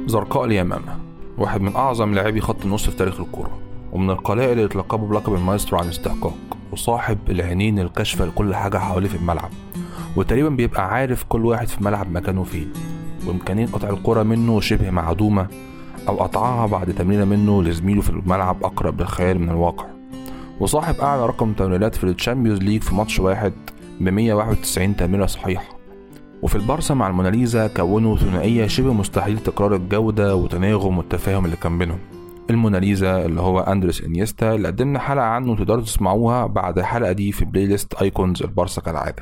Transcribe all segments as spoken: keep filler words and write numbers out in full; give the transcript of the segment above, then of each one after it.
زرقاء اليمامة واحد من أعظم لاعبي خط النص في تاريخ الكرة، ومن القلائل اللي اتلقبوا بلقب المايسترو عن استحقاق، وصاحب العينين الكاشفة لكل حاجة حواليه في الملعب، وتقريبا بيبقى عارف كل واحد في الملعب مكانه فين، وإمكانية قطع الكرة منه شبه معدومة أو قطعها بعد تمرينة منه لزميله في الملعب أقرب للخيال من الواقع. وصاحب أعلى رقم تمريرات في التشامبيونز ليج في ماتش واحد ب مية وواحد وتسعين تمريرة صحيحة. وفي البارسا مع الموناليزا كونوا ثنائية شبه مستحيل تكرار الجودة وتناغم والتفاهم اللي كان بينهم. الموناليزا اللي هو أندريس إنيستا اللي قدمنا حلقة عنه تقدروا تسمعوها بعد الحلقة دي في بلاي ليست ايكونز البارسا كالعادة.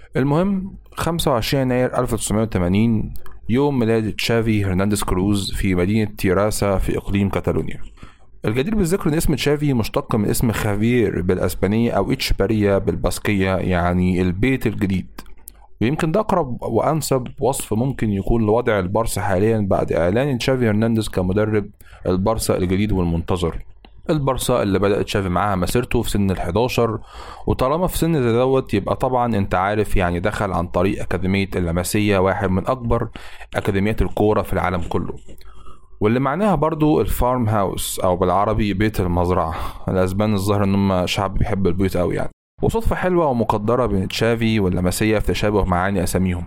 المهم خمسة وعشرين يناير ألف وتسعمية وتمانين يوم ميلاد تشافي هرنانديز كروز في مدينة تيراسا في إقليم كاتالونيا. الجدير بالذكر ان اسم تشافي مشتق من اسم خافير بالاسبانية او اتشباريا بالباسكية، يعني البيت الجديد، ويمكن ده اقرب وانسب وصف ممكن يكون لوضع البارسا حاليا بعد اعلان تشافي هرنانديز كمدرب البارسا الجديد والمنتظر. البارسا اللي بدأ تشافي معاها مسيرته في سن الحداشر، وطالما في سن دوت يبقى طبعا انت عارف يعني دخل عن طريق اكاديمية اللاماسيا، واحد من اكبر اكاديميات الكورة في العالم كله، واللي معناها برضو الفارم هاوس او بالعربي بيت المزرعة. الاسبان الظاهر ان هم شعب بيحب البيوت قوي يعني، وصدفة حلوة ومقدرة بين تشافي واللاماسيا في تشابه معاني اساميهم.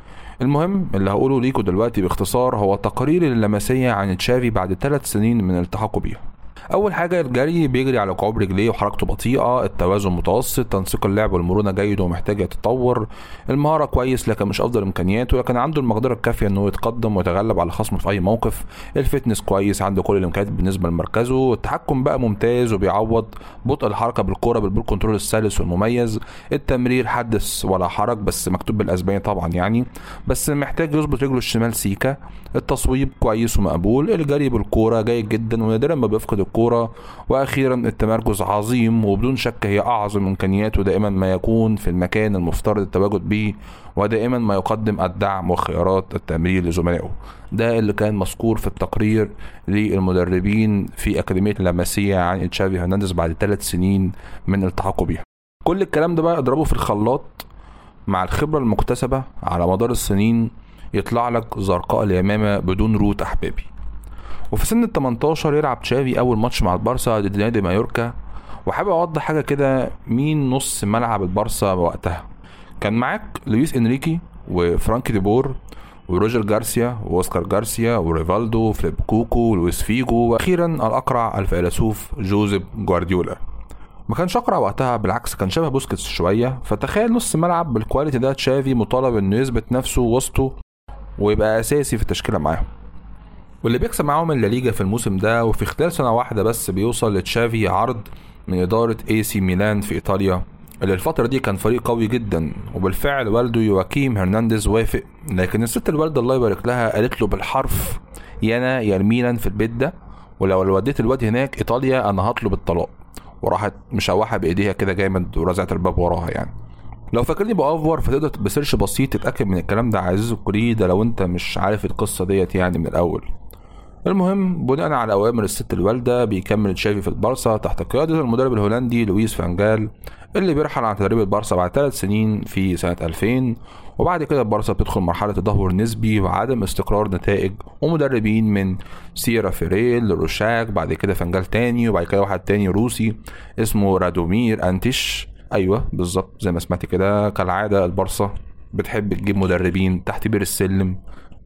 المهم اللي هقوله ليكوا دلوقتي باختصار هو تقرير اللاماسيا عن تشافي بعد ثلاث سنين من التحاقه بيها. اول حاجه الجري، بيجري على كعوب رجليه وحركته بطيئه، التوازن متوسط، تنسيق اللعب والمرونه جيد ومحتاج يتطور، المهاره كويس لكن مش افضل امكانياته، لكن عنده المقدره الكافيه انه يتقدم ويتغلب على خصمه في اي موقف، الفتنس كويس، عنده كل الامكانيات بالنسبه لمركزه، التحكم بقى ممتاز وبيعوض، بطء الحركه بالكره بالبول كنترول السلس والمميز، التمرير حدث ولا حرج بس مكتوب بالاسباني طبعا يعني، بس محتاج يظبط رجله الشمال سيكا، التصويب كويس ومقبول، الجري بالكوره جيد جدا ونادرا ما بيفقد الكوره، واخيرا التمركز عظيم وبدون شك هي اعظم امكانياته، دائما ما يكون في المكان المفترض التواجد به، ودائما ما يقدم الدعم وخيارات التمرير لزملائه. ده اللي كان مذكور في التقرير للمدربين في اكاديميه اللاماسيا عن تشافي هرنانديز بعد ثلاث سنين من التحاقه بيها. كل الكلام ده بقى اضربه في الخلاط مع الخبره المكتسبه على مدار السنين، يطلع لك زرقاء اليمامة بدون روت احبابي. وفي سن ال تمنتاشر يلعب تشافي اول ماتش مع البارسا ضد نادي مايوركا. وحابب اوضح حاجه كده، مين نص ملعب البارسا وقتها؟ كان معاك لويس انريكي وفرانكي ديبور وروجر جارسيا واوسكار جارسيا وريفالدو وفليب كوكو ولويس فيجو، واخيرا الاقرع الفيلسوف جوزيب جوارديولا. ما كانش اقرع وقتها، بالعكس كان شبه بوسكيتس شويه. فتخيل نص ملعب بالكواليتي ده تشافي مطالب انه يثبت نفسه وسطه ويبقى اساسي في التشكيله معاهم، واللي بيكسب معاهم الليجا في الموسم ده. وفي خلال سنه واحده بس بيوصل لتشافي عرض من اداره اي سي ميلان في ايطاليا، اللي الفتره دي كان فريق قوي جدا. وبالفعل والده يواكيم هرنانديز وافق، لكن الست الوالده الله يبارك لها قالت له بالحرف يانا يا الميلان في البيت ده، ولو وديت الواد هناك ايطاليا انا هطلب الطلاق. وراحت مشوحه بايديها كده جامد ورزعت الباب وراها يعني. لو فاكرني بأفور فتقدر بسيرش بسيط تتأكد من الكلام ده عزيز الكوري ده لو انت مش عارف القصة ديت يعني من الأول. المهم بناء على أوامر الست الوالدة بيكمل تشافي في البارسا تحت قيادة المدرب الهولندي لويس فانجال، اللي بيرحل عن تدريب البارسا بعد ثلاث سنين في سنة ألفين. وبعد كده البارسا بتدخل مرحلة تدهور نسبي وعدم استقرار نتائج، ومدربين من سيرا فيريل لروشاك، بعد كده فانجال تاني، وبعد كده واحد تاني روسي اسمه رادومير أنتيش. ايوه بالظبط زي ما سمعت كده. كالعاده البارسا بتحب تجيب مدربين تحت بير السلم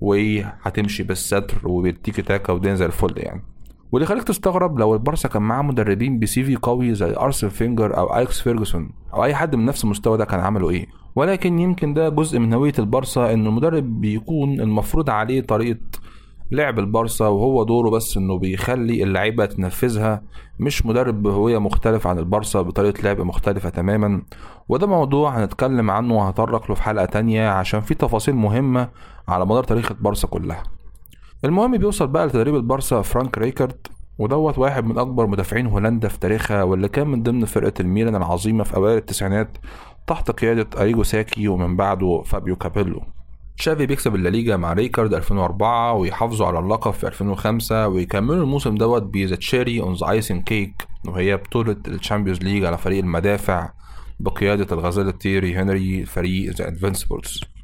وهتمشي بالستر وبالتيكي تاكا ودين زي الفل يعني. واللي خليك تستغرب لو البارسا كان معاه مدربين بسي في قوي زي ارسن فينجر او ايكس فيرجسون او اي حد من نفس المستوى ده كان عملوا ايه. ولكن يمكن ده جزء من هويه البارسا، ان المدرب بيكون المفروض عليه طريقه لعب البارسا وهو دوره بس انه بيخلي اللعيبه تنفذها، مش مدرب بهويه مختلفه عن البارسا بطريقه لعب مختلفه تماما. وده موضوع هنتكلم عنه وهطرق له في حلقه تانية عشان في تفاصيل مهمه على مدار تاريخ البارسا كلها. المهم بيوصل بقى لتدريب البارسا فرانك ريكارد، ودوت واحد من اكبر مدافعين هولندا في تاريخها، واللي كان من ضمن فرقه الميلان العظيمه في اوائل التسعينات تحت قياده اريجو ساكي ومن بعده فابيو كابيلو. تشافي بيكسب الليجا مع ريكارد ألفين وأربعة ويحافظوا على اللقب في ألفين وخمسة، ويكملوا الموسم دوت بذا تشيري اون ذا ايسنج كيك، وهي بطولة الشامبيونز ليج على فريق المدافع بقيادة الغزال الطيري هنري فريق ذا انفنسبلز.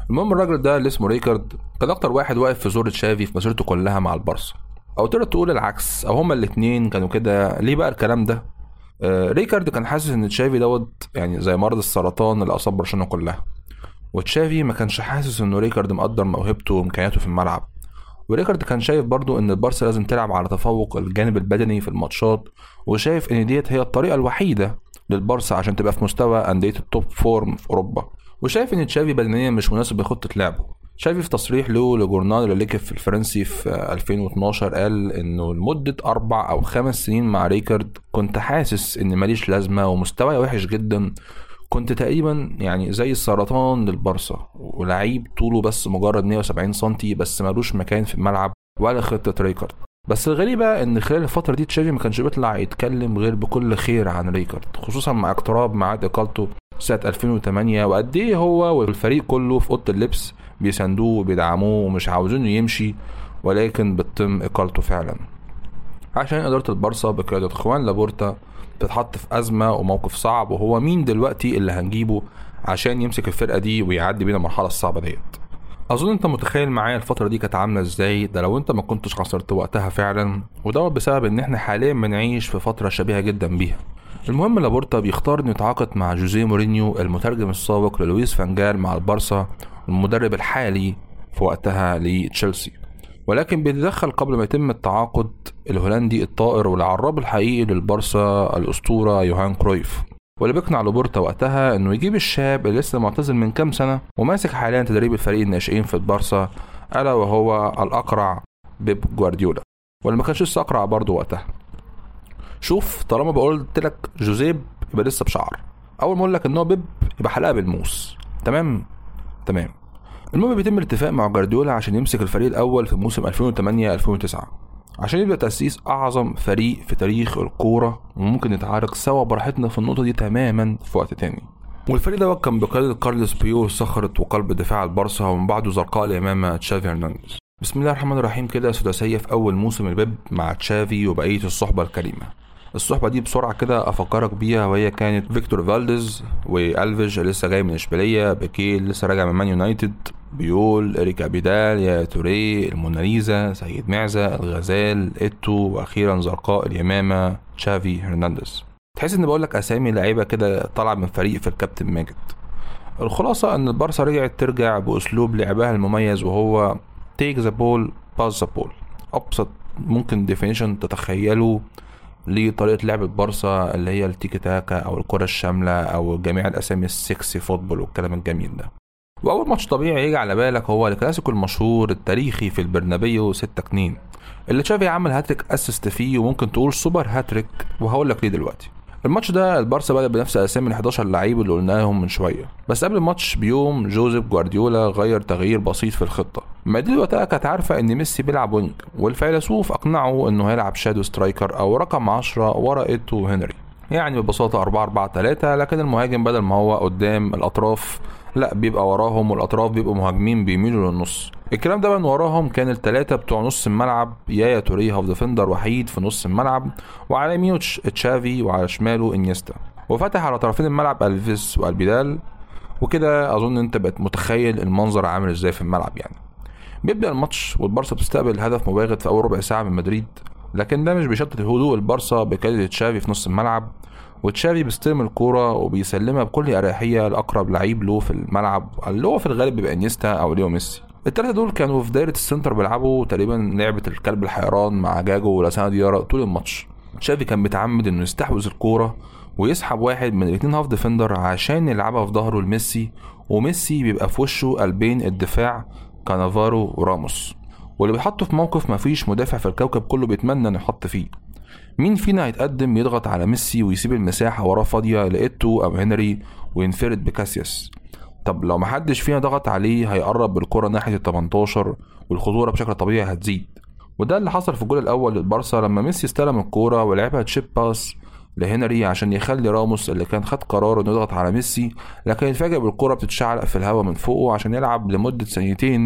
المهم الراجل ده اللي اسمه ريكارد كان اكتر واحد واقف في زور تشافي في مسيرته كلها مع البارسا، او تقدر تقول العكس، او هما الاتنين كانوا كده. ليه بقى الكلام ده؟ آه ريكارد كان حاسس ان تشافي دوت يعني زي مرض السرطان اللي اصاب برشلونه كلها، وتشافي ما كانش حاسس انه ريكارد مقدر موهبته وامكانياته في الملعب. وريكارد كان شايف برضو ان البارسا لازم تلعب على تفوق الجانب البدني في الماتشات، وشايف ان ديت هي الطريقه الوحيده للبارسا عشان تبقى في مستوى انديه التوب فورم في اوروبا. وشايف ان تشافي بدنيا مش مناسب لخطه لعبه. تشافي في تصريح له لجورنال ليكيف الفرنسي في ألفين واتناشر قال انه لمده اربع او خمس سنين مع ريكارد كنت حاسس ان ماليش لازمه ومستواي وحش جدا، كنت تقريبا يعني زي السرطان للبارسا، ولعيب طوله بس مجرد مية وسبعين سنتي بس مالوش مكان في الملعب ولا خطة ريكارد. بس الغريبة ان خلال الفترة دي تشافي ما كانش بيطلع يتكلم غير بكل خير عن ريكارد، خصوصا مع اقتراب ميعاد اقالته سنة ألفين وتمانية، وقد ايه هو والفريق كله في اوضه اللبس بيساندوه وبيدعموه ومش عاوزينه يمشي، ولكن بتتم اقالته فعلا عشان ادارة البارسا بقيادة خوان لابورتا بتتحط في ازمة وموقف صعب. وهو مين دلوقتي اللي هنجيبه عشان يمسك الفرقة دي ويعدي بينا المرحلة الصعبة ديت؟ اظن انت متخيل معايا الفترة دي كانت عاملة ازاي، ده لو انت ما كنتش خسرت وقتها فعلا، ودوت بسبب ان احنا حاليا بنعيش في فترة شبيهة جدا بيها. المهم لابورتا بيختار انه يتعاقد مع جوزيه مورينيو المترجم السابق للويس فانجال مع البارسا، المدرب الحالي في وقتها لتشيلسي. ولكن بيتدخل قبل ما يتم التعاقد الهولندي الطائر والعراب الحقيقي للبارسا الأسطورة يوهان كرويف، واللي بيقنع لابورتا وقتها انه يجيب الشاب اللي لسه معتزل من كام سنة وماسك حاليا تدريب الفريق الناشئين في البارسا، الا وهو الأقرع بيب جوارديولا، واللي ما كانش لسه أقرع برضه وقتها. شوف، طالما بقولت لك جوزيب يبقى لسه بشعر، اول ما اقول لك ان هو بيب يبقى حلقة بالموس. تمام تمام. المهم بيتم الاتفاق مع جوارديولا عشان يمسك الفريق الاول في موسم ألفين وتمانية ألفين وتسعة عشان يبدأ تأسيس اعظم فريق في تاريخ الكورة، وممكن نتعارك سوا براحتنا في النقطة دي تماما في وقت تاني. والفريق ده كان بقيادة كارلوس بيول صخرة وقلب دفاع البارسا، ومن بعده زرقاء اليمامة تشافي هرنانديز. بسم الله الرحمن الرحيم. كده سداسية في اول موسم البيب مع تشافي وبقية الصحبة الكريمة. الصحبة دي بسرعة كده أفكرك بيها، وهي كانت فيكتور فالديز وألفيج لسه جاي من إشبيلية، بيكيل لسه راجع من مان يونايتد، بيول، إريك أبيدال، يا توري، الموناليزا، سيد معزة، الغزال، إيتو، وأخيرا زرقاء اليمامة تشافي هرنانديز. تحس إن بقولك أسامي لعيبة كده طالعة من فريق في الكابتن ماجد. الخلاصة إن البارسا رجعت ترجع بأسلوب لعبها المميز، وهو تيك ذا بول باس ذا بول. أبسط ممكن ديفينيشن تتخيله لطريقة لعب البارسا اللي هي التيكي تاكا او الكرة الشاملة او جميع الاسامي السكسي فوتبول والكلام الجميل ده. واول ماتش طبيعي يجي على بالك هو الكلاسيكو المشهور التاريخي في البرنابيو ستة اتنين اللي تشافي عمل هاتريك اسيست فيه، وممكن تقول سوبر هاتريك، وهقول لك ليه دلوقتي. الماتش ده البارسا بدأ بنفس اسامي ال حداشر لعيب اللي قلناهم من شويه، بس قبل الماتش بيوم جوزيف جوارديولا غير تغيير بسيط في الخطه. مدريد وقتها كانت عارفه ان ميسي بيلعب وينج، والفيلسوف اقنعه انه هيلعب شادو سترايكر او رقم عشرة ورا ايتو وهنري، يعني ببساطه أربعة أربعة ثلاثة، لكن المهاجم بدل ما هو قدام الاطراف لا بيبقى وراهم، والاطراف بيبقوا مهاجمين بيميلوا للنص. الكلام ده من وراهم كان الثلاثه بتوع نص الملعب، يايا توري هاف ديفندر وحيد في نص الملعب، وعلى يمينه تشافي وعلى شماله انيستا، وفتح على طرفين الملعب الفيس والبيدال. وكده اظن انت بقت متخيل المنظر عامل ازاي في الملعب. يعني بيبدا الماتش والبارسا بتستقبل هدف مباغت في اول ربع ساعه من مدريد، لكن ده مش بيشتت هدوء البارسا بقياده تشافي في نص الملعب. وتشافي بيستلم الكوره وبيسلمها بكل اريحيه لاقرب لعيب له في الملعب، اللي هو في الغالب بيبقى انيستا او ليو ميسي. الثلاثه دول كانوا في دايره السنتر بيلعبوا تقريبا لعبه الكلب الحيران مع جاجو ولاسانا ديارا طول الماتش. تشافي كان متعمد انه يستحوذ الكوره ويسحب واحد من الاثنين هاف ديفندر عشان يلعبها في ظهره لميسي، وميسي بيبقى في وشه قلبين الدفاع كانافارو وراموس، واللي بيحطه في موقف مفيش مدافع في الكوكب كله بيتمنى انه يحط فيه. مين فينا هيتقدم يضغط على ميسي ويسيب المساحه وراه فاضيه لإيتو او هنري وينفرد بكاسياس؟ طب لو محدش فينا ضغط عليه هيقرب بالكره ناحيه ال تمنتاشر، والخطوره بشكل طبيعي هتزيد. وده اللي حصل في الجول الاول للبارسا لما ميسي استلم الكوره ولعبها تشيب باس لهنري عشان يخلي راموس اللي كان خد قرار انه يضغط على ميسي، لكن يتفاجئ بالكرة بتتشعلق في الهواء من فوقه عشان يلعب لمدة ثانيتين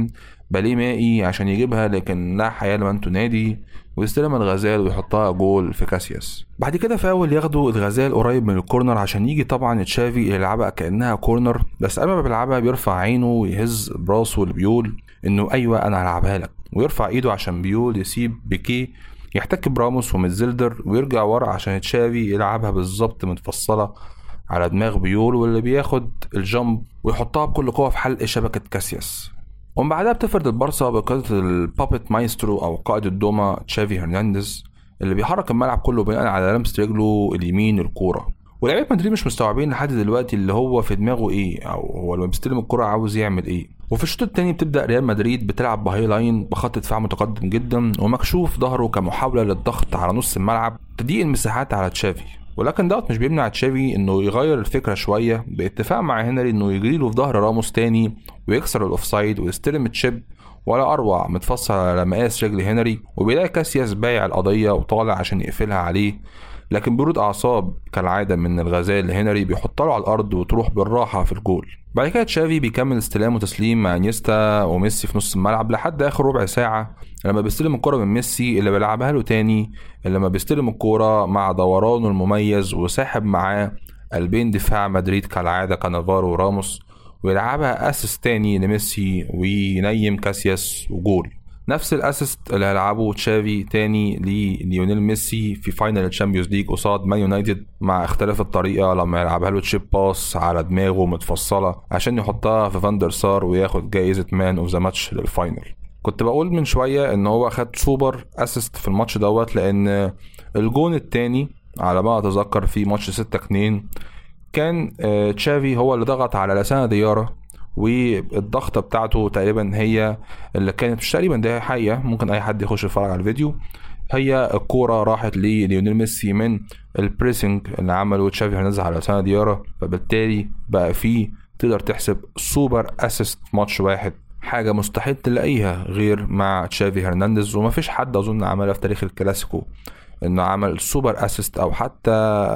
باليه مائي عشان يجيبها لكن لا حياة لمن تنادي، ويستلم الغزال ويحطها جول في كاسياس. بعد كده فاول ياخدوا الغزال قريب من الكورنر عشان يجي طبعا تشافي يلعبها كأنها كورنر، بس قبل ما بيلعبها بيرفع عينه ويهز براسه اللي بيقول انه ايوه انا هلعبها لك، ويرفع ايده عشان بيقول يسيب بيكيه يحتك براموس ومتزلدر ويرجع ورا عشان تشافي يلعبها بالظبط متفصلة على دماغ بيول، واللي بياخد الجامب ويحطها بكل قوة في حلق شبكة كاسياس. ومن بعدها بتفرد البارسا بقيادة البابت مايسترو أو قائد الدوما تشافي هرنانديز، اللي بيحرك الملعب كله بناء على لمسة رجله اليمين الكورة. ولاعيبة مدريد مش مستوعبين لحد دلوقتي اللي هو في دماغه ايه، او هو لما بيستلم الكرة عاوز يعمل ايه. وفي الشوط الثاني بتبدا ريال مدريد بتلعب بهاي لاين بخط دفاع متقدم جدا ومكشوف ظهره كمحاولة للضغط على نص الملعب تضييق المساحات على تشافي، ولكن دوت مش بيمنع تشافي انه يغير الفكرة شوية باتفاق مع هنري انه يجري له في ظهر راموس تاني ويكسر الاوفسايد ويستلم تشيب ولا اروع متفصل على مقاس رجل هنري، وبيلاقي كاسياس بايع القضية وطالع عشان يقفلها عليه، لكن برود اعصاب كالعاده من الغزال هنري بيحطها له على الارض وتروح بالراحه في الجول. بعد كده تشافي بيكمل استلام وتسليم مع انيستا وميسي في نص الملعب لحد اخر ربع ساعه لما بيستلم الكره من ميسي اللي بيلعبها له تاني، اللي لما بيستلم الكره مع دورانه المميز وساحب معاه قلبين دفاع مدريد كالعاده كانافارو وراموس، ويلعبها اسيست تاني لميسي وينيم كاسياس وجول. نفس الاسيست اللي هيلعبه تشافي تاني لليونيل ميسي في فاينل الشامبيونز ليج قصاد مان يونايتد، مع اختلاف الطريقه لما يلعبها له تشيب باس على دماغه متفصله عشان يحطها في فاندر سار وياخد جائزه مان اوف ذا ماتش للفاينل. كنت بقول من شويه ان هو خد سوبر اسيست في الماتش دوت لان الجون التاني على ما اتذكر في ماتش ستة اتنين كان تشافي هو اللي ضغط على لسان ديارة، والضغطه بتاعته تقريبا هي اللي كانت مش تقريبا ده حقيقه، ممكن اي حد يخش يتفرج على الفيديو، هي الكوره راحت لليونيل ميسي من البريسنج اللي عمله تشافي هرنانديز على لسان ديارة، فبالتالي بقى فيه تقدر تحسب سوبر اسيست ماتش واحد، حاجه مستحيل تلاقيها غير مع تشافي هرنانديز، ومفيش حد اظن عملها في تاريخ الكلاسيكو انه عمل سوبر اسيست او حتى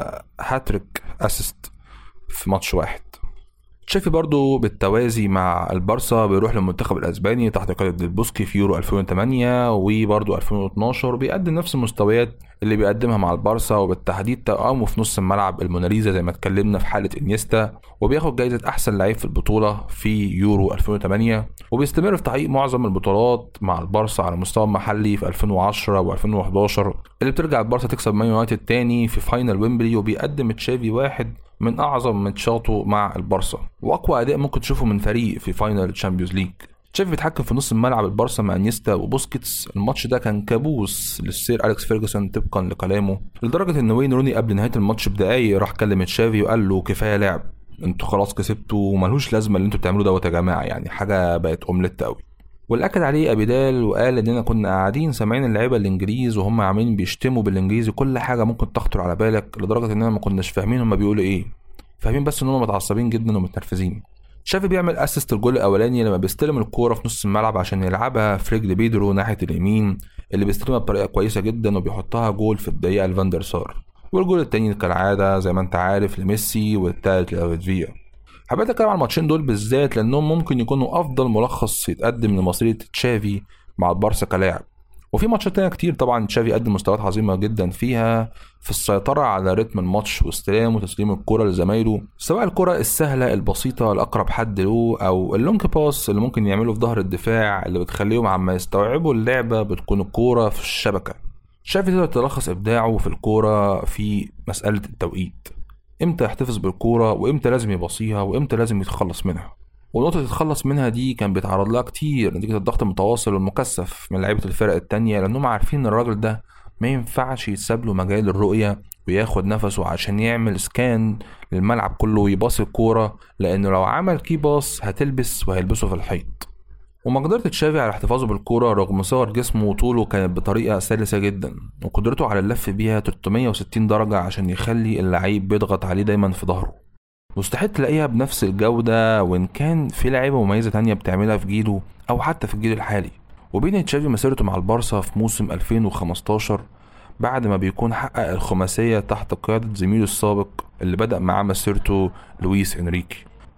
هاتريك اسيست في ماتش واحد. تشافي برضو بالتوازي مع البارسا بيروح للمنتخب الاسباني تحت قيادة ديل بوسكي في يورو ألفين وثمانية وبرضو ألفين واثناشر، بيقدم نفس المستويات اللي بيقدمها مع البارسا، وبالتحديد توأمه في نص الملعب الموناليزا زي ما اتكلمنا في حالة انيستا، وبياخد جايزة احسن لعيب في البطولة في يورو ألفين وثمانية، وبيستمر في تحقيق معظم البطولات مع البارسا على المستوى المحلي في ألفين وعشرة وألفين وحداشر اللي بترجع البارسا تكسب مان يونايتد تاني في فاينل ويمبلي، وبيقدم تشافي واحد من اعظم ماتشاته مع البارسا واقوى اداء ممكن تشوفه من فريق في فاينل الشامبيونز ليج. تشافي بيتحكم في نص الملعب البارسا مع انيستا وبوسكيتس، الماتش ده كان كابوس للسير اليكس فيرجسون طبقا لكلامه، لدرجه ان وين روني قبل نهايه الماتش بدقايق راح كلم تشافي وقال له كفايه لعب، انتوا خلاص كسبتوا وملوش لازمه اللي انتوا بتعملوه دوت يا جماعه، يعني حاجه بقت اومليت قوي. والاكد عليه ابيدال وقال اننا كنا قاعدين سامعين اللعيبه الانجليز وهم عاملين بيشتموا بالانجليزي كل حاجه ممكن تخطر على بالك، لدرجه اننا ما كناش فاهمين هم بيقولوا ايه، فاهمين بس ان هم متعصبين جدا ومتنرفزين. تشافي بيعمل اسيست الجول الاولاني لما بيستلم الكوره في نص الملعب عشان يلعبها في رجل بيدرو ناحيه اليمين اللي بيستلمها بطريقه كويسه جدا وبيحطها جول في الدقيقه لفاندر سار، والجول التاني كالعاده زي ما انت عارف لميسي والتالت لافيدفيا. حبيت اتكلم عن الماتشين دول بالذات لانهم ممكن يكونوا افضل ملخص يتقدم لمصيرة تشافي مع البارسا كلاعب، وفي ماتشات تانية كتير طبعا تشافي قدم مستويات عظيمة جدا فيها في السيطرة على رتم الماتش واستلام وتسليم الكرة لزمايله، سواء الكرة السهلة البسيطة لأقرب حد له أو اللونج باس اللي ممكن يعمله في ظهر الدفاع اللي بتخليهم عما يستوعبوا اللعبة بتكون الكرة في الشبكة. تشافي تقدر تلخص إبداعه في الكرة في مسألة التوقيت، امتى يحتفظ بالكرة وامتى لازم يبصيها وامتى لازم يتخلص منها، ونقطة يتخلص منها دي كان بيتعرض لها كتير نتيجة الضغط المتواصل والمكثف من لعيبة الفرق التانية، لأنهم عارفين ان الراجل ده ما ينفعش يتساب له مجال الرؤية وياخد نفسه عشان يعمل سكان للملعب كله ويباص الكورة، لأنه لو عمل كي باص هتلبس وهيلبسه في الحيط. ومقدرة تشافي على احتفاظه بالكرة رغم صغر جسمه وطوله كانت بطريقة سلسة جدا، وقدرته على اللف بيها ثلاثمية وستين درجة عشان يخلي اللعيب بيضغط عليه دايما في ظهره. مستحيل تلاقيها بنفس الجودة وإن كان في لعيبة مميزة تانية بتعملها في جيله أو حتى في الجيل الحالي. وبين تشافي مسيرته مع البارسا في موسم ألفين وخمستاشر بعد ما بيكون حقق الخماسية تحت قيادة زميله السابق اللي بدأ معاه مسيرته لويس إنريكي،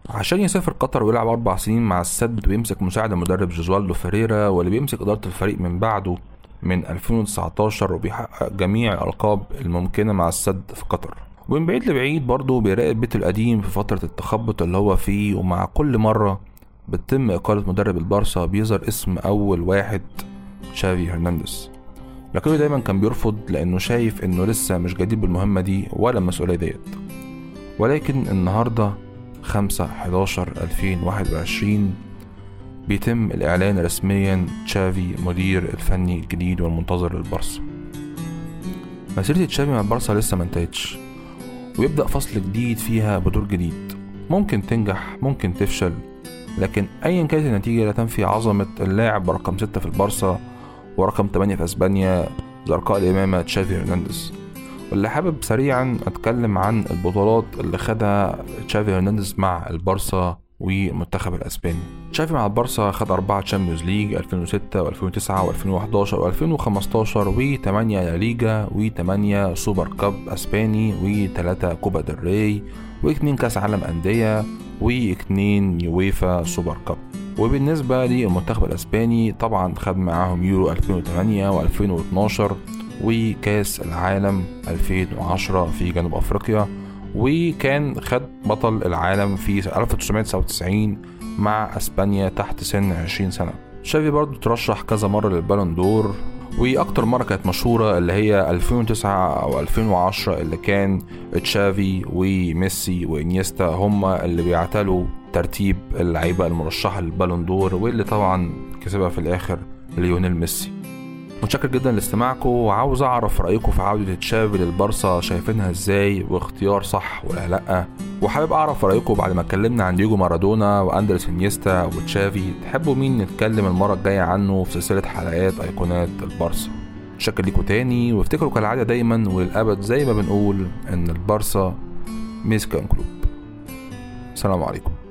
عشان يسافر قطر ويلعب أربع سنين مع السد ويمسك مساعد المدرب جوزوالدو فيريرا واللي بيمسك إدارة الفريق من بعده من ألفين وتسعتاشر، وبيحقق جميع الألقاب الممكنة مع السد في قطر. ومن بعيد لبعيد برضه بيراقب بيته القديم في فترة التخبط اللي هو فيه، ومع كل مرة بتتم إقالة مدرب البارسا بيظهر اسم أول واحد تشافي هرنانديز، لكنه دايما كان بيرفض لأنه شايف إنه لسه مش جديد بالمهمة دي ولا المسؤولية ديت. ولكن النهاردة خمسة حداشر ألفين وواحد وعشرين بيتم الإعلان رسميا تشافي مدير الفني الجديد والمنتظر للبارسا. مسيرة تشافي مع البارسا لسه ما انتهتش، ويبدأ فصل جديد فيها بدور جديد، ممكن تنجح ممكن تفشل، لكن أيا كانت النتيجة لا تنفي عظمة اللاعب رقم ستة في البارسا ورقم تمانية في أسبانيا زرقاء الإمامة تشافي هرنانديز. واللي حابب سريعا أتكلم عن البطولات اللي خدها تشافي هرنانديز مع البارسا والمنتخب الأسباني. تشافي مع البارسا خد أربعة تشامبيونز ليج ألفين وستة وألفين وتسعة وألفين وحداشر وألفين وخمستاشر وثمانية لا ليجا وثمانية سوبر كاب أسباني وثلاثة كوبا ديل ري واثنين كاس عالم أندية واثنين يويفا سوبر كاب. وبالنسبة للمنتخب الأسباني طبعا خد معاهم يورو ألفين وثمانية وألفين واثناشر وكاس العالم ألفين وعشرة في جنوب أفريقيا، وكان خد بطل العالم في ألف وتسعمائة وتسعة وتسعين مع أسبانيا تحت سن عشرين سنة. تشافي برضو ترشح كذا مرة للبالون دور، وأكتر مرة كانت مشهورة اللي هي ألفين وتسعة أو ألفين وعشرة اللي كان تشافي وميسي وإنيستا هما اللي بيعتلوا ترتيب اللعيبة المرشحة للبالون دور، واللي طبعا كسبها في الآخر ليونيل ميسي. متشكر جدا لاستماعكم، وعاوز اعرف رايكم في عودة تشافي للبارسا، شايفينها ازاي واختيار صح ولا لا؟ وحابب اعرف رايكم بعد ما اتكلمنا عن دييجو مارادونا واندرس انيستا وتشافي، تحبوا مين نتكلم المره الجايه عنه في سلسله حلقات ايقونات البارسا؟ متشكر ليكم تاني، وافتكروا كالعاده دايما وللابد زي ما بنقول ان البارسا ميزكان كلوب. السلام عليكم.